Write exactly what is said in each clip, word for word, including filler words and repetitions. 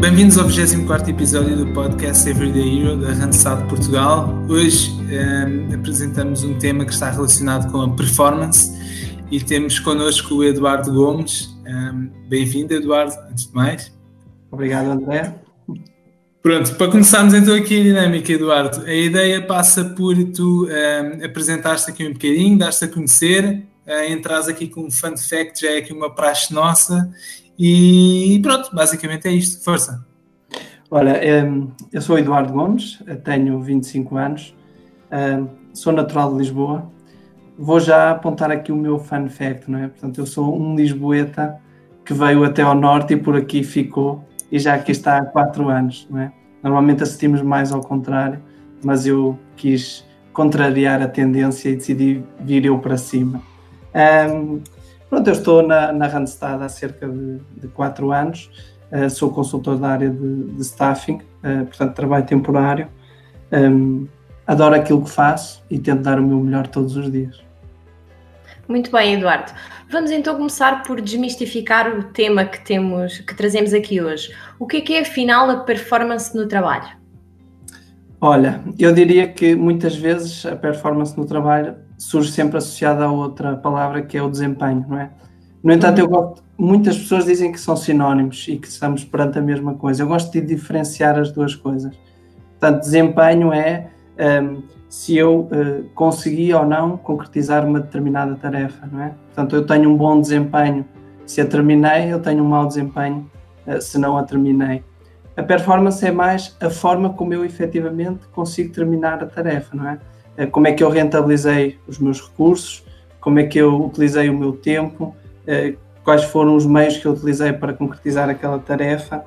Bem-vindos ao vigésimo quarto episódio do podcast Everyday Hero da Randstad Portugal. Hoje um, apresentamos um tema que está relacionado com a performance e temos connosco o Eduardo Gomes. Um, bem-vindo, Eduardo, antes de mais. Obrigado, André. Pronto, para começarmos então aqui a dinâmica, Eduardo, a ideia passa por tu um, apresentares-te aqui um bocadinho, dar-te a conhecer, uh, entrares aqui com um fun fact, já é aqui uma praxe nossa. E pronto, basicamente é isto. Força. Olha, eu sou Eduardo Gomes, tenho vinte e cinco anos, sou natural de Lisboa. Vou já apontar aqui o meu fun fact, não é? Portanto, eu sou um lisboeta que veio até ao norte e por aqui ficou e já aqui está há quatro anos, não é? Normalmente assistimos mais ao contrário, mas eu quis contrariar a tendência e decidi vir eu para cima. Um, Pronto, eu estou na, na Randstad há cerca de, de quatro anos, uh, sou consultor da área de, de staffing, uh, portanto trabalho temporário, um, adoro aquilo que faço e tento dar o meu melhor todos os dias. Muito bem, Eduardo. Vamos então começar por desmistificar o tema que, temos, que trazemos aqui hoje. O que é que é afinal a performance no trabalho? Olha, eu diria que muitas vezes a performance no trabalho surge sempre associada a outra palavra que é o desempenho, não é? No entanto, eu gosto, muitas pessoas dizem que são sinónimos e que estamos perante a mesma coisa. Eu gosto de diferenciar as duas coisas. Portanto, desempenho é um, se eu uh, consegui ou não concretizar uma determinada tarefa, não é? Portanto, eu tenho um bom desempenho se a terminei, eu tenho um mau desempenho uh, se não a terminei. A performance é mais a forma como eu efetivamente consigo terminar a tarefa, não é? Como é que eu rentabilizei os meus recursos, como é que eu utilizei o meu tempo, quais foram os meios que eu utilizei para concretizar aquela tarefa.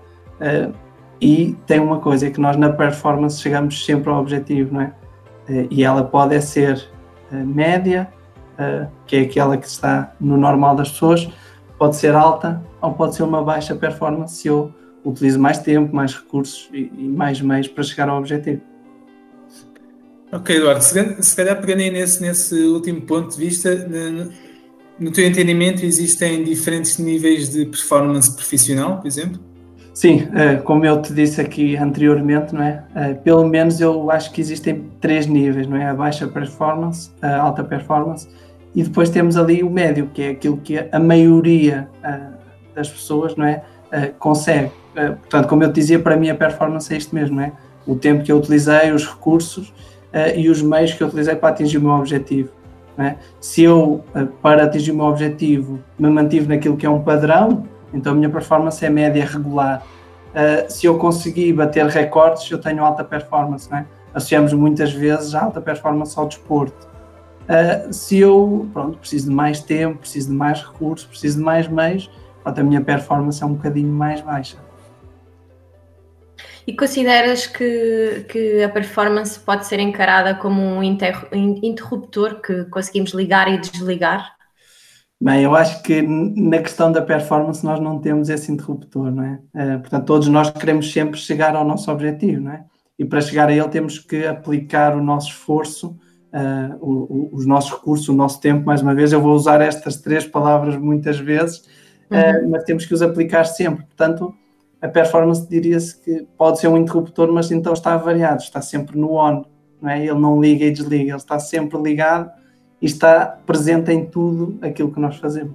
E tem uma coisa, é que nós na performance chegamos sempre ao objetivo, não é? E ela pode ser média, que é aquela que está no normal das pessoas, pode ser alta ou pode ser uma baixa performance se eu utilizo mais tempo, mais recursos e mais meios para chegar ao objetivo. Ok, Eduardo, se calhar pegando aí nesse, nesse último ponto de vista, no, no teu entendimento existem diferentes níveis de performance profissional, por exemplo? Sim, como eu te disse aqui anteriormente, não é? Pelo menos eu acho que existem três níveis, não é? A baixa performance, a alta performance e depois temos ali o médio, que é aquilo que a maioria das pessoas, não é? Consegue. Portanto, como eu te dizia, para mim a performance é isto mesmo, não é? O tempo que eu utilizei, os recursos Uh, e os meios que eu utilizei para atingir o meu objetivo, não é? Se eu, uh, para atingir o meu objetivo, me mantive naquilo que é um padrão, então a minha performance é média regular. Uh, se eu conseguir bater recordes, eu tenho alta performance, não é? Associamos muitas vezes a alta performance ao desporto. Uh, se eu, pronto, preciso de mais tempo, preciso de mais recursos, preciso de mais meios, pronto, a minha performance é um bocadinho mais baixa. E consideras que, que a performance pode ser encarada como um inter, interruptor que conseguimos ligar e desligar? Bem, eu acho que na questão da performance nós não temos esse interruptor, não é? Uh, portanto, todos nós queremos sempre chegar ao nosso objetivo, não é? E para chegar a ele temos que aplicar o nosso esforço, uh, o, o, os nossos recursos, o nosso tempo, mais uma vez. Eu vou usar estas três palavras muitas vezes, uh, uhum. mas temos que os aplicar sempre. Portanto, a performance diria-se que pode ser um interruptor, mas então está variado, está sempre no on, não é? Ele não liga e desliga, ele está sempre ligado e está presente em tudo aquilo que nós fazemos.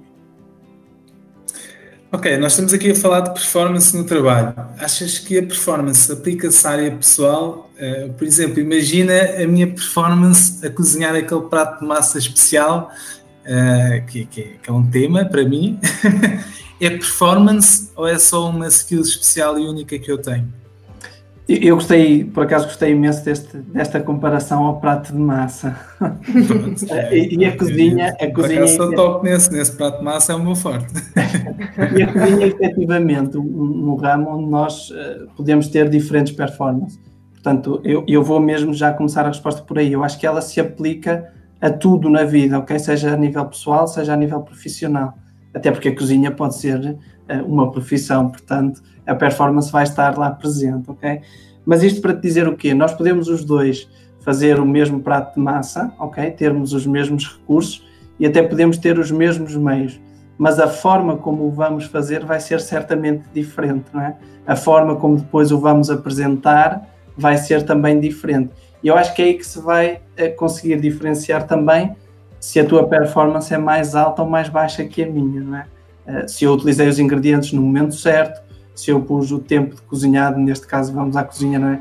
Ok, nós estamos aqui a falar de performance no trabalho. Achas que a performance aplica-se à área pessoal? Uh, por exemplo, imagina a minha performance a cozinhar aquele prato de massa especial, uh, que, que, que é um tema para mim. É performance ou é só uma skill especial e única que eu tenho? Eu gostei, por acaso gostei imenso deste, desta comparação ao prato de massa. Pronto, é, e, e a cozinha... A por cozinha acaso sou é... top nesse, nesse prato de massa é o meu forte. E a cozinha é efetivamente um, um ramo onde nós uh, podemos ter diferentes performances. Portanto, eu, eu vou mesmo já começar a resposta por aí. Eu acho que ela se aplica a tudo na vida, ok? Seja a nível pessoal, seja a nível profissional. Até porque a cozinha pode ser uh, uma profissão, portanto, a performance vai estar lá presente, ok? Mas isto para te dizer o quê? Nós podemos os dois fazer o mesmo prato de massa, ok? Termos os mesmos recursos e até podemos ter os mesmos meios. mas a forma como o vamos fazer vai ser certamente diferente, não é? A forma como depois o vamos apresentar vai ser também diferente. E eu acho que é aí que se vai conseguir diferenciar também se a tua performance é mais alta ou mais baixa que a minha, não é? Se eu utilizei os ingredientes no momento certo, se eu pus o tempo de cozinhado, neste caso vamos à cozinha, não é?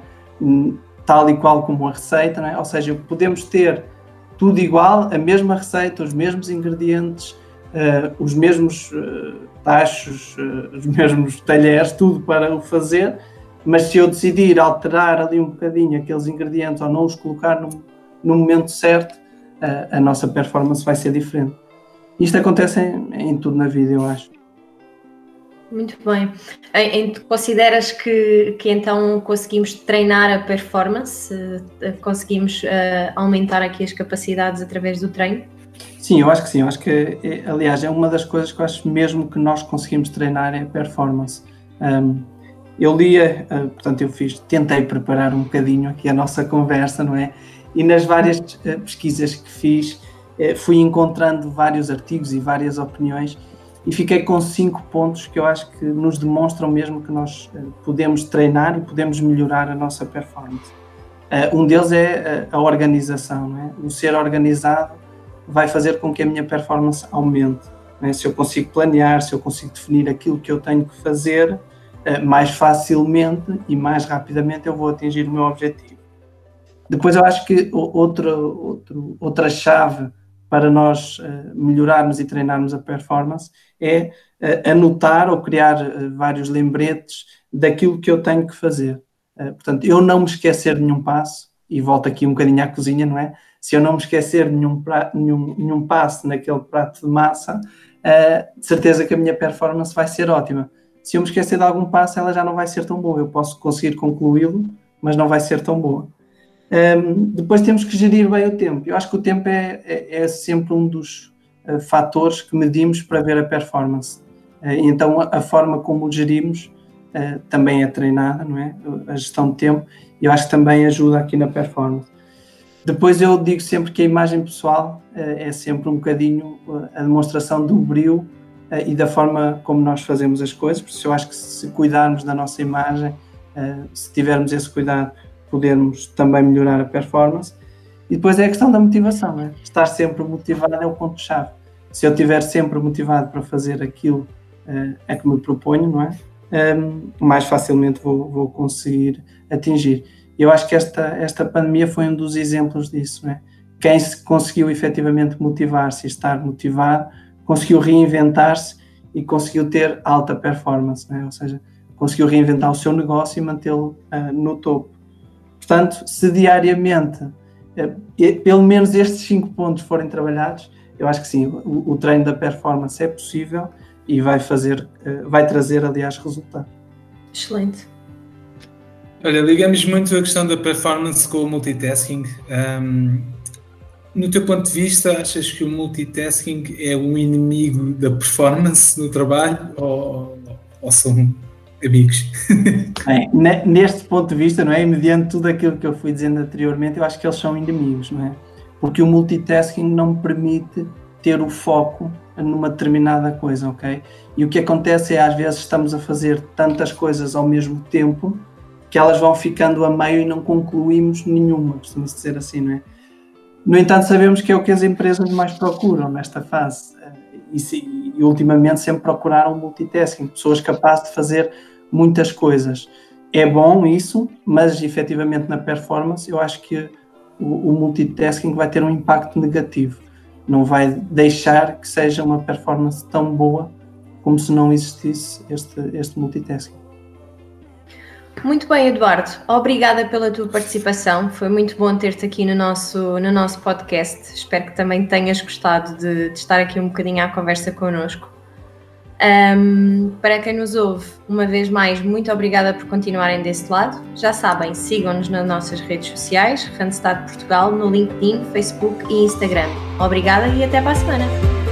Tal e qual como a receita, não é? Ou seja, podemos ter tudo igual, a mesma receita, os mesmos ingredientes, uh, os mesmos uh, tachos, uh, os mesmos talheres, tudo para o fazer, mas se eu decidir alterar ali um bocadinho aqueles ingredientes ou não os colocar no, no momento certo, uh, a nossa performance vai ser diferente. Isto acontece em, em tudo na vida, eu acho. Muito bem. Em, consideras que, que então conseguimos treinar a performance? Conseguimos uh, aumentar aqui as capacidades através do treino? Sim, eu acho que sim. Eu acho que, é, aliás, é uma das coisas que eu acho mesmo que nós conseguimos treinar é a performance. Um, eu lia, uh, portanto, eu fiz, tentei preparar um bocadinho aqui a nossa conversa, não é? E nas várias uh, pesquisas que fiz, uh, fui encontrando vários artigos e várias opiniões e fiquei com cinco pontos que eu acho que nos demonstram mesmo que nós uh, podemos treinar e podemos melhorar a nossa performance. Uh, um deles é a, a organização, não é? O ser organizado vai fazer com que a minha performance aumente, não é? Se eu consigo planear, se eu consigo definir aquilo que eu tenho que fazer, uh, mais facilmente e mais rapidamente eu vou atingir o meu objetivo. Depois eu acho que outra, outra, outra chave para nós uh, melhorarmos e treinarmos a performance é uh, anotar ou criar uh, vários lembretes daquilo que eu tenho que fazer. Uh, portanto, eu não me esquecer de nenhum passo, e volto aqui um bocadinho à cozinha, não é? Se eu não me esquecer de nenhum, prato, nenhum, nenhum passo naquele prato de massa, uh, de certeza que a minha performance vai ser ótima. Se eu me esquecer de algum passo, ela já não vai ser tão boa. Eu posso conseguir concluí-lo, mas não vai ser tão boa. Um, depois temos que gerir bem o tempo. Eu acho que o tempo é, é, é sempre um dos uh, fatores que medimos para ver a performance. Uh, então a, a forma como o gerimos uh, também é treinada, não é? A gestão de tempo, e eu acho que também ajuda aqui na performance. Depois eu digo sempre que a imagem pessoal uh, é sempre um bocadinho uh, a demonstração do brio uh, e da forma como nós fazemos as coisas, por isso eu acho que se cuidarmos da nossa imagem, uh, se tivermos esse cuidado, podermos também melhorar a performance. E depois é a questão da motivação, não é? Estar sempre motivado é o ponto-chave. Se eu estiver sempre motivado para fazer aquilo uh, a que me proponho, não é? Um, mais facilmente vou, vou conseguir atingir. Eu acho que esta, esta pandemia foi um dos exemplos disso, não é? Quem se conseguiu efetivamente motivar-se e estar motivado, conseguiu reinventar-se e conseguiu ter alta performance, não é? Ou seja, conseguiu reinventar o seu negócio e mantê-lo uh, no topo. Portanto, se diariamente, eh, pelo menos estes cinco pontos forem trabalhados, eu acho que sim, o, o treino da performance é possível e vai fazer, eh, vai trazer, aliás, resultado. Excelente. Olha, ligamos muito a questão da performance com o multitasking. Um, no teu ponto de vista, achas que o multitasking é um inimigo da performance no trabalho ou, ou são amigos? Bem, neste ponto de vista, não é? E mediante tudo aquilo que eu fui dizendo anteriormente, eu acho que eles são inimigos, não é? Porque o multitasking não me permite ter o foco numa determinada coisa, ok? E o que acontece é, às vezes, estamos a fazer tantas coisas ao mesmo tempo que elas vão ficando a meio e não concluímos nenhuma, costuma-se dizer assim, não é? No entanto, sabemos que é o que as empresas mais procuram nesta fase e, se, e ultimamente sempre procuraram multitasking, pessoas capazes de fazer muitas coisas. É bom isso, mas efetivamente na performance eu acho que o, o multitasking vai ter um impacto negativo. Não vai deixar que seja uma performance tão boa como se não existisse este, este multitasking. Muito bem, Eduardo. Obrigada pela tua participação. Foi muito bom ter-te aqui no nosso, no nosso podcast. Espero que também tenhas gostado de, de estar aqui um bocadinho à conversa connosco. Um, para quem nos ouve, uma vez mais, muito obrigada por continuarem desse lado. Já sabem, sigam-nos nas nossas redes sociais, Randstad Portugal, no LinkedIn, Facebook e Instagram. Obrigada e até para a semana.